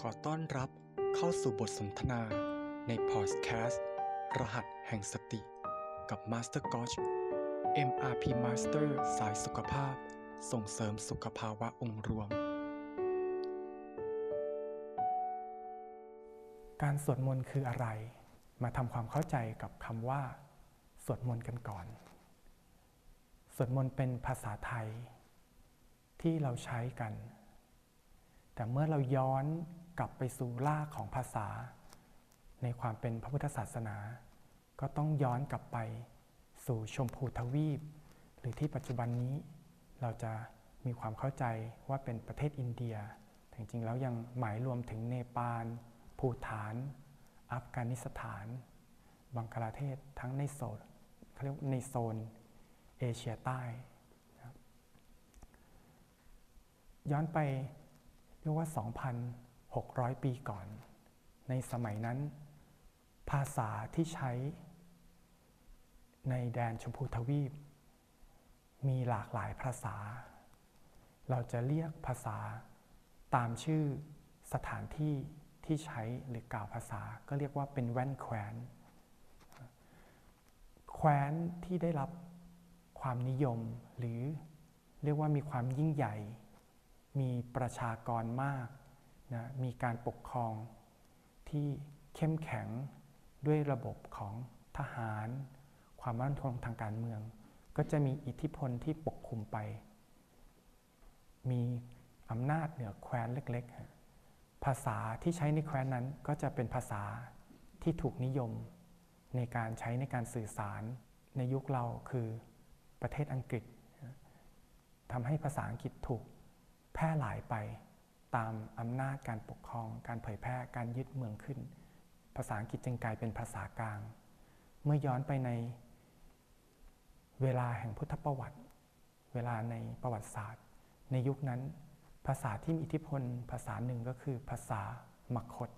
ขอต้อนรับเข้าสู่บทสนทนาในพอดแคสต์รหัสแห่งสติกับมาสเตอร์ก๊อช MRP Master สายสุขภาพส่งเสริมสุขภาวะองค์รวมการสวดมนต์คืออะไรมาทำความเข้าใจกับคำว่าสวดมนต์กันก่อนสวดมนต์เป็นภาษาไทยที่เราใช้กันแต่เมื่อเราย้อนกลับไปสู่รากของภาษาในความเป็นพระพุทธศาสนาก็ต้องย้อนกลับไปสู่ชมพูทวีปหรือที่ปัจจุบันนี้เราจะมีความเข้าใจว่าเป็นประเทศอินเดียแต่จริงๆแล้วยังหมายรวมถึงเนปาลภูฏานอัฟกานิสถานบังกลาเทศทั้งในโซนเขาเรียกในโซนเอเชียใต้ย้อนไปเรียกว่า 2,600 ปีก่อนในสมัยนั้นภาษาที่ใช้ในแดนชมพูทวีปมีหลากหลายภาษาเราจะเรียกภาษาตามชื่อสถานที่ที่ใช้หรือกล่าวภาษาก็เรียกว่าเป็นแว่นแคว้นแคว้นที่ได้รับความนิยมหรือเรียกว่ามีความยิ่งใหญ่มีประชากรมากนะมีการปกครองที่เข้มแข็งด้วยระบบของทหารความมั่นคงทางการเมืองก็จะมีอิทธิพลที่ปกคลุมไปมีอำนาจเหนือแคว้นเล็กๆภาษาที่ใช้ในแคว้นนั้นก็จะเป็นภาษาที่ถูกนิยมในการใช้ในการสื่อสารในยุคเราคือประเทศอังกฤษทำให้ภาษาอังกฤษถูกแพร่หลายไปตามอำนาจการปกครองการเผยแพร่การยึดเมืองขึ้นภาษาอังกฤษจึงกลายเป็นภาษากลางเมื่อย้อนไปในเวลาแห่งพุทธประวัติเวลาในประวัติศาสตร์ในยุคนั้นภาษาที่มีอิทธิพลภาษาหนึ่งก็คือภาษามคธ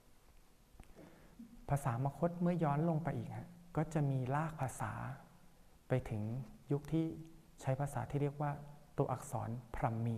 ภาษามคธเมื่อย้อนลงไปอีกก็จะมีรากภาษาไปถึงยุคที่ใช้ภาษาที่เรียกว่าตัวอักษรพราหมี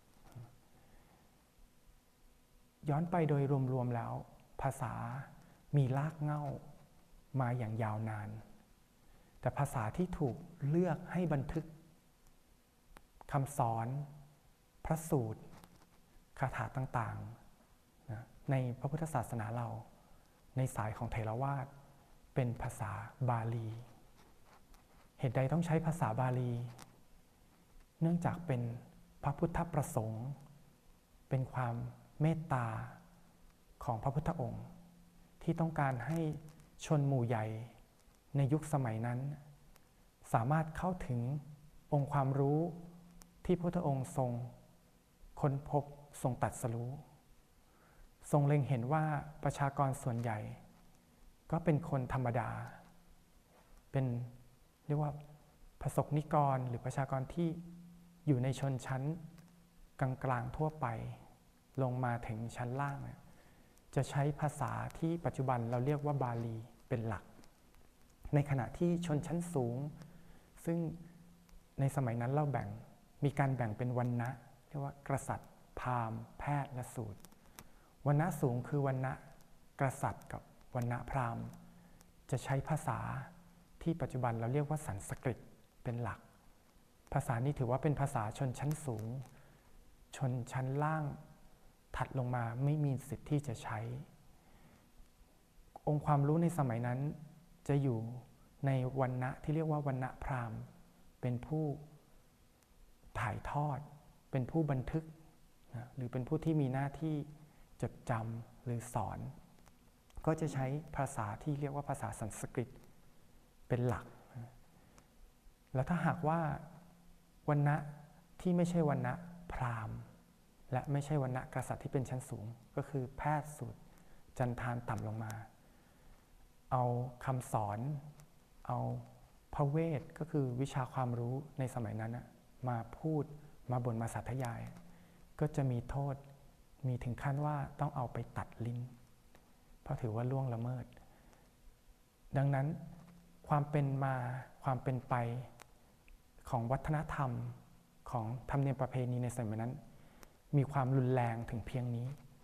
ย้อนไปโดยรวมๆแล้วภาษามีรากเหง้ามาอย่างยาวนานแต่ภาษาที่ถูกเลือกให้บันทึกคำสอนพระสูตรคาถาต่างๆนะในพระพุทธศาสนาเราในสายของเถรวาทเป็นภาษาบาลีเหตุใดต้องใช้ภาษาบาลีเนื่องจากเป็นพระพุทธประสงค์เป็นความเมตตาของพระพุทธองค์ที่ต้องการให้ชนหมู่ใหญ่ในยุคสมัยนั้นสามารถเข้าถึงองค์ความรู้ที่พระพุทธองค์ทรงค้นพบทรงตรัสรู้ทรงเล็งเห็นว่าประชากรส่วนใหญ่ก็เป็นคนธรรมดาเป็นเรียกว่าประสบนิกรหรือประชากรที่อยู่ในชนชั้นกลางๆทั่วไปลงมาถึงชั้นล่างจะใช้ภาษาที่ปัจจุบันเราเรียกว่าบาลีเป็นหลักในขณะที่ชนชั้นสูงซึ่งในสมัยนั้นเรามีการแบ่งเป็นวรรณะเรียกว่ากษัตริย์พราหมณ์แพทย์และสูตรวรรณะสูงคือวรรณะกษัตริย์กับวรรณะพราหมณ์จะใช้ภาษาที่ปัจจุบันเราเรียกว่าสันสกฤตเป็นหลักภาษานี้ถือว่าเป็นภาษาชนชั้นสูงชนชั้นล่างถัดลงมาไม่มีสิทธิ์ที่จะใช้องค์ความรู้ในสมัยนั้นจะอยู่ในวรรณะที่เรียกว่าวรรณะพราหมณ์เป็นผู้ถ่ายทอดเป็นผู้บันทึกนะหรือเป็นผู้ที่มีหน้าที่จดจำหรือสอนก็จะใช้ภาษาที่เรียกว่าภาษาสันสกฤตเป็นหลักแล้วถ้าหากว่าวรรณะที่ไม่ใช่วรรณะพราหมณ์และไม่ใช่วรรณะกษัตริย์ที่เป็นชั้นสูงก็คือแพทย์สูตรจันทานต่ำลงมาเอาคำสอนเอาพระเวทก็คือวิชาความรู้ในสมัยนั้นมาพูดมาบ่นมาสาธยายก็จะมีโทษมีถึงขั้นว่าต้องเอาไปตัดลิ้นเพราะถือว่าล่วงละเมิดดังนั้นความเป็นมาความเป็นไปของวัฒนธรรมของธรรมเนียมประเพณีในสมัยนั้นมีความรุนแรงถึงเพียงนี้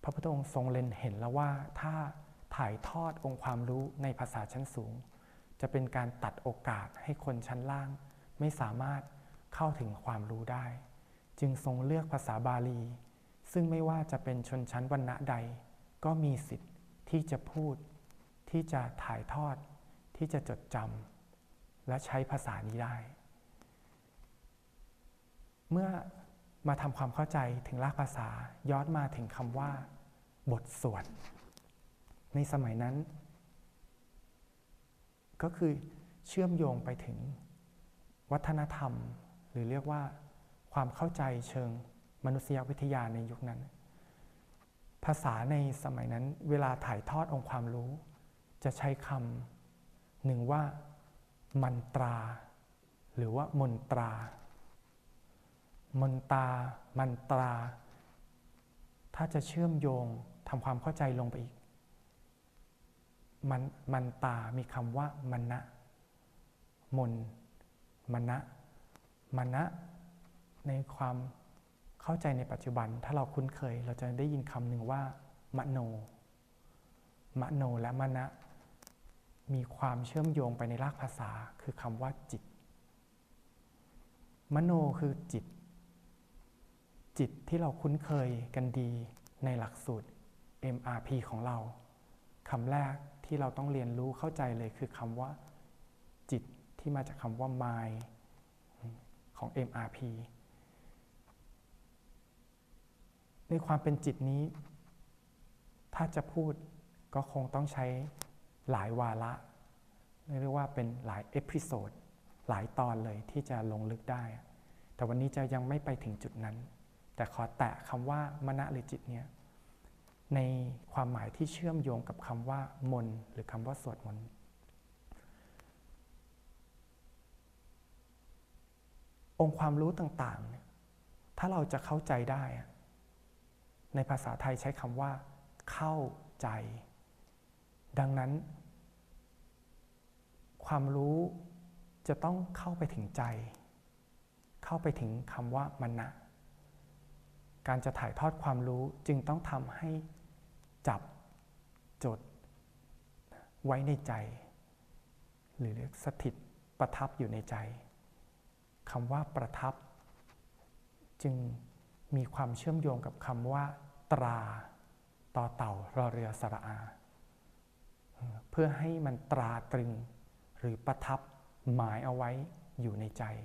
พระพุทธองค์ทรงเล็งเห็นแล้วว่าถ้าถ่ายทอดองค์ความรู้ในภาษาชั้นสูงจะเป็นการตัดโอกาสให้คนชั้นล่างไม่สามารถเข้าถึงความรู้ได้จึงทรงเลือกภาษาบาลีซึ่งไม่ว่าจะเป็นชนชั้นวรรณะใดก็มีสิทธิ์ที่จะพูดที่จะถ่ายทอดที่จะจดจำและใช้ภาษานี้ได้เมื่อมาทำความเข้าใจถึงรากภาษาย้อนมาถึงคำว่าบทสวดในสมัยนั้นก็คือเชื่อมโยงไปถึงวัฒนธรรมหรือเรียกว่าความเข้าใจเชิงมนุษยวิทยาในยุคนั้นภาษาในสมัยนั้นเวลาถ่ายทอดองค์ความรู้จะใช้คำหนึ่งว่ามันตราหรือว่ามนตรามนตรามันตราถ้าจะเชื่อมโยงทำความเข้าใจลงไปอีกมันตามีคำว่ามนะมนมนะในความเข้าใจในปัจจุบันถ้าเราคุ้นเคยเราจะได้ยินคำหนึ่งว่ามโนและมนะมีความเชื่อมโยงไปในรากภาษาคือคำว่าจิตมโนคือจิตที่เราคุ้นเคยกันดีในหลักสูตร MRP ของเราคำแรกที่เราต้องเรียนรู้เข้าใจเลยคือคำว่าจิตที่มาจากคำว่า mind ของ MRP ในความเป็นจิตนี้ถ้าจะพูดก็คงต้องใช้หลายวาระเรียกว่าเป็นหลายเอพิโซดหลายตอนเลยที่จะลงลึกได้แต่วันนี้จะยังไม่ไปถึงจุดนั้นแต่ขอแตะคำว่ามนะหรือจิตเนี่ยในความหมายที่เชื่อมโยงกับคำว่ามนต์หรือคำว่าสวดมนต์องค์ความรู้ต่างๆถ้าเราจะเข้าใจได้ในภาษาไทยใช้คำว่าเข้าใจดังนั้นความรู้จะต้องเข้าไปถึงใจเข้าไปถึงคำว่ามนะการจะถ่ายทอดความรู้จึงต้องทำให้จับจดไว้ในใจหรือสถิตประทับอยู่ในใจคำว่าประทับจึงมีความเชื่อมโยงกับคำว่าตราต่อเต่ารอเรือสระอาเพื่อให้มันตราตรึงหรือประทับหมายเอาไว้อยู่ในใจ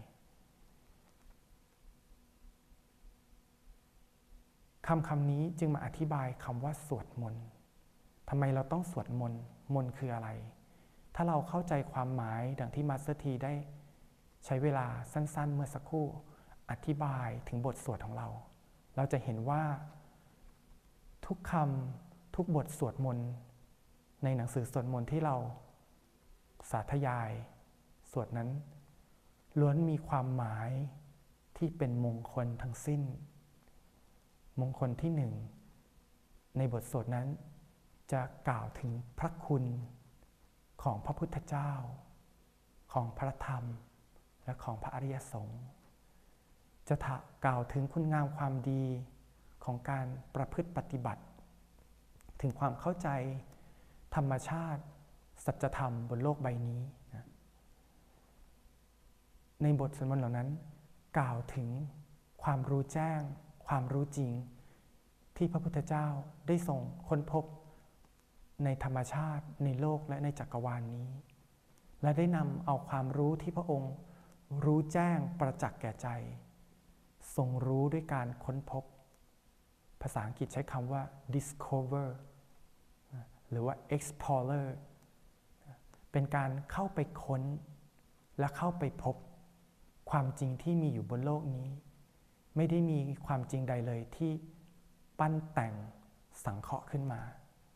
คำนี้จึงมาอธิบายคำว่าสวดมนต์ทำไมเราต้องสวดมนต์มนต์คืออะไรถ้าเราเข้าใจความหมายดังที่มาสเตอร์ทีได้ใช้เวลาสั้นๆเมื่อสักครู่อธิบายถึงบทสวดของเราจะเห็นว่าทุกคำทุกบทสวดมนต์ในหนังสือสวดมนต์ที่เราสาธยายสวดนั้นล้วนมีความหมายที่เป็นมงคลทั้งสิ้นมงคลที่หนึ่งในบทสวดนั้นจะกล่าวถึงพระคุณของพระพุทธเจ้าของพระธรรมและของพระอริยสงฆ์จะกล่าวถึงคุณงามความดีของการประพฤติปฏิบัติถึงความเข้าใจธรรมชาติสัจธรรมบนโลกใบนี้นะในบทสวดมนต์เหล่านั้นกล่าวถึงความรู้แจ้งความรู้จริงที่พระพุทธเจ้าได้ทรงค้นพบในธรรมชาติในโลกและในจักรวาลนี้และได้นำเอาความรู้ที่พระองค์รู้แจ้งประจักษ์แก่ใจทรงรู้ด้วยการค้นพบภาษาอังกฤษใช้คำว่า discover หรือว่า explorer เป็นการเข้าไปค้นและเข้าไปพบความจริงที่มีอยู่บนโลกนี้ไม่ได้มีความจริงใดเลยที่ปั้นแต่งสังเคราะห์ขึ้นมา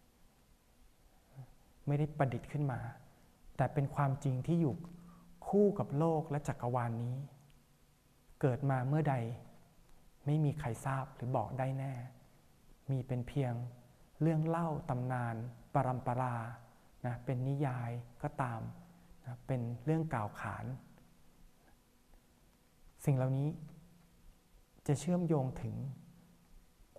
ไม่ได้ประดิษฐ์ขึ้นมาแต่เป็นความจริงที่อยู่คู่กับโลกและจักรวาลนี้เกิดมาเมื่อใดไม่มีใครทราบหรือบอกได้แน่มีเป็นเพียงเรื่องเล่าตำนานปรัมปรานะเป็นนิยายก็ตามนะเป็นเรื่องกล่าวขานสิ่งเหล่านี้จะเชื่อมโยงถึงค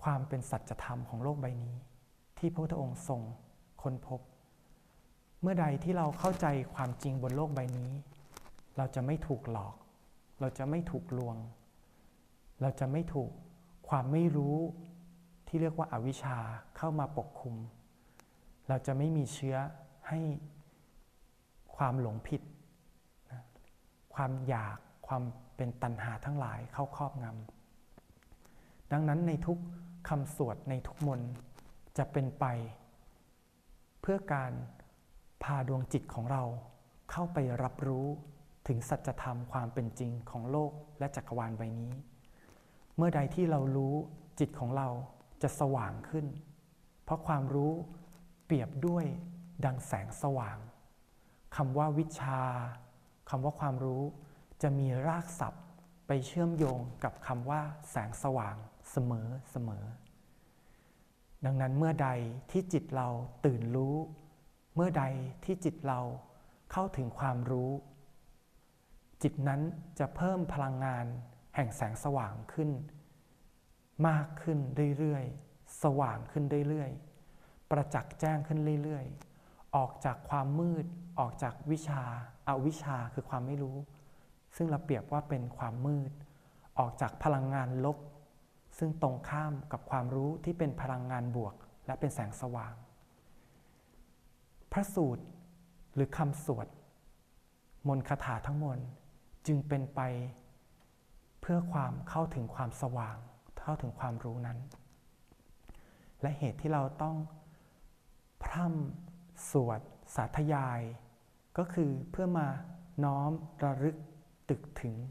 ความเป็นสัจธรรมของโลกใบนี้ที่พระพุทธองค์ทรงค้นพบเมื่อใดที่เราเข้าใจความจริงบนโลกใบนี้เราจะไม่ถูกหลอกเราจะไม่ถูกลวงเราจะไม่ถูกความไม่รู้ที่เรียกว่าอวิชชาเข้ามาปกคลุมเราจะไม่มีเชื้อให้ความหลงผิดความอยากความเป็นตัณหาทั้งหลายเข้าครอบงำดังนั้นในทุกคำสวดในทุกมนต์จะเป็นไปเพื่อการพาดวงจิตของเราเข้าไปรับรู้ถึงสัจธรรมความเป็นจริงของโลกและจักรวาลใบนี้เมื่อใดที่เรารู้จิตของเราจะสว่างขึ้นเพราะความรู้เปรียบด้วยดังแสงสว่างคำว่าวิชาคำว่าความรู้จะมีรากศัพท์ไปเชื่อมโยงกับคำว่าแสงสว่างเสมอดังนั้นเมื่อใดที่จิตเราตื่นรู้เมื่อใดที่จิตเราเข้าถึงความรู้จิตนั้นจะเพิ่มพลังงานแห่งแสงสว่างขึ้นมากขึ้นเรื่อยๆสว่างขึ้นเรื่อยๆประจักษ์แจ้งขึ้นเรื่อยๆออกจากความมืดออกจากวิชาอวิชชาคือความไม่รู้ซึ่งเราเปรียบว่าเป็นความมืดออกจากพลังงานลบซึ่งตรงข้ามกับความรู้ที่เป็นพลังงานบวกและเป็นแสงสว่างพระสูตรหรือคำสวดมนต์คาถาทั้งมวลจึงเป็นไปเพื่อความเข้าถึงความสว่างเข้าถึงความรู้นั้นและเหตุที่เราต้องพร่ำสวดสาธยายก็คือเพื่อมาน้อมระลึกตึกถึง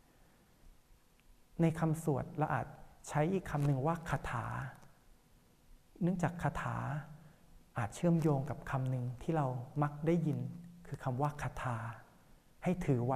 ในคำสวดเราอาจใช้อีกคำหนึ่งว่าคาถาเนื่องจากคาถาอาจเชื่อมโยงกับคำหนึ่งที่เรามักได้ยินคือคำว่าคาถาให้ถือไว้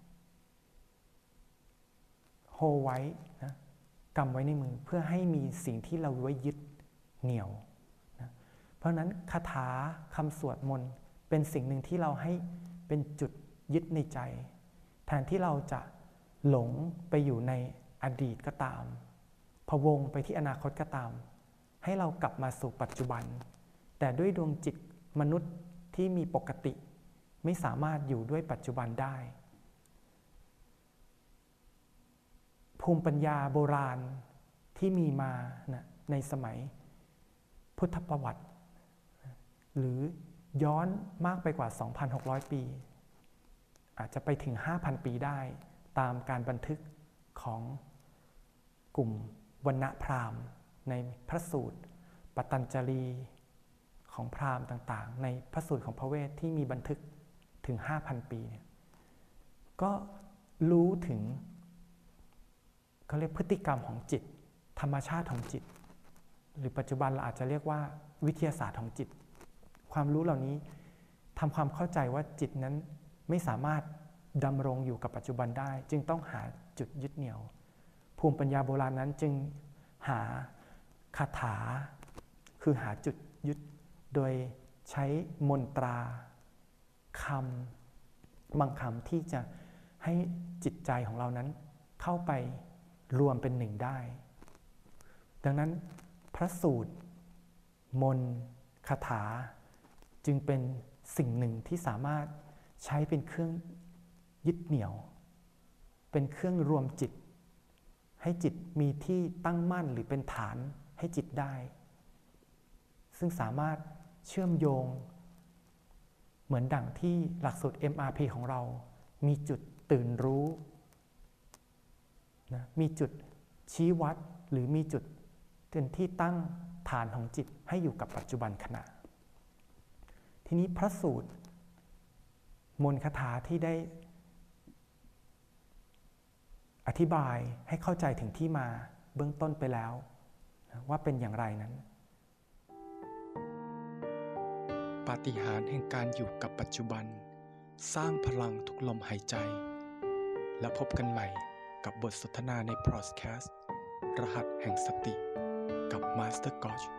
โฮไว้นะกำไว้ในมือเพื่อให้มีสิ่งที่เราไว้ยึดเหนี่ยวนะเพราะนั้นคาถาคำสวดมนต์เป็นสิ่งหนึ่งที่เราให้เป็นจุดยึดในใจแทนที่เราจะหลงไปอยู่ในอดีตก็ตามพะวงไปที่อนาคตก็ตามให้เรากลับมาสู่ปัจจุบันแต่ด้วยดวงจิตมนุษย์ที่มีปกติไม่สามารถอยู่ด้วยปัจจุบันได้ภูมิปัญญาโบราณที่มีมาในสมัยพุทธประวัติหรือย้อนมากไปกว่า 2,600 ปีอาจจะไปถึง 5,000 ปีได้ตามการบันทึกของกลุ่มวรรณพราหมณ์ในพระสูตรปตัญจลีของพราหมณ์ต่างๆในพระสูตรของพระเวทที่มีบันทึกถึง 5,000 ปีก็รู้ถึงเขาเรียกพฤติกรรมของจิตธรรมชาติของจิตหรือปัจจุบันเราอาจจะเรียกว่าวิทยาศาสตร์ของจิตความรู้เหล่านี้ทำความเข้าใจว่าจิตนั้นไม่สามารถดำรงอยู่กับปัจจุบันได้จึงต้องหาจุดยึดเหนี่ยวภูมิปัญญาโบราณนั้นจึงหาคาถาคือหาจุดยึดโดยใช้มนตราคำบางคำที่จะให้จิตใจของเรานั้นเข้าไปรวมเป็นหนึ่งได้ดังนั้นพระสูตรมนต์คาถาจึงเป็นสิ่งหนึ่งที่สามารถใช้เป็นเครื่องยึดเหนี่ยวเป็นเครื่องรวมจิตให้จิตมีที่ตั้งมั่นหรือเป็นฐานให้จิตได้ซึ่งสามารถเชื่อมโยงเหมือนดั่งที่หลักสูตร MRP ของเรามีจุดตื่นรู้นะมีจุดชี้วัดหรือมีจุดเป็นที่ตั้งฐานของจิตให้อยู่กับปัจจุบันขณะทีนี้พระสูตรมนต์คาถาที่ได้อธิบายให้เข้าใจถึงที่มาเบื้องต้นไปแล้วว่าเป็นอย่างไรนั้นปาฏิหาริย์แห่งการอยู่กับปัจจุบันสร้างพลังทุกลมหายใจและพบกันใหม่กับบทสนทนาในพอดแคสต์รหัสแห่งสติกับมาสเตอร์กอช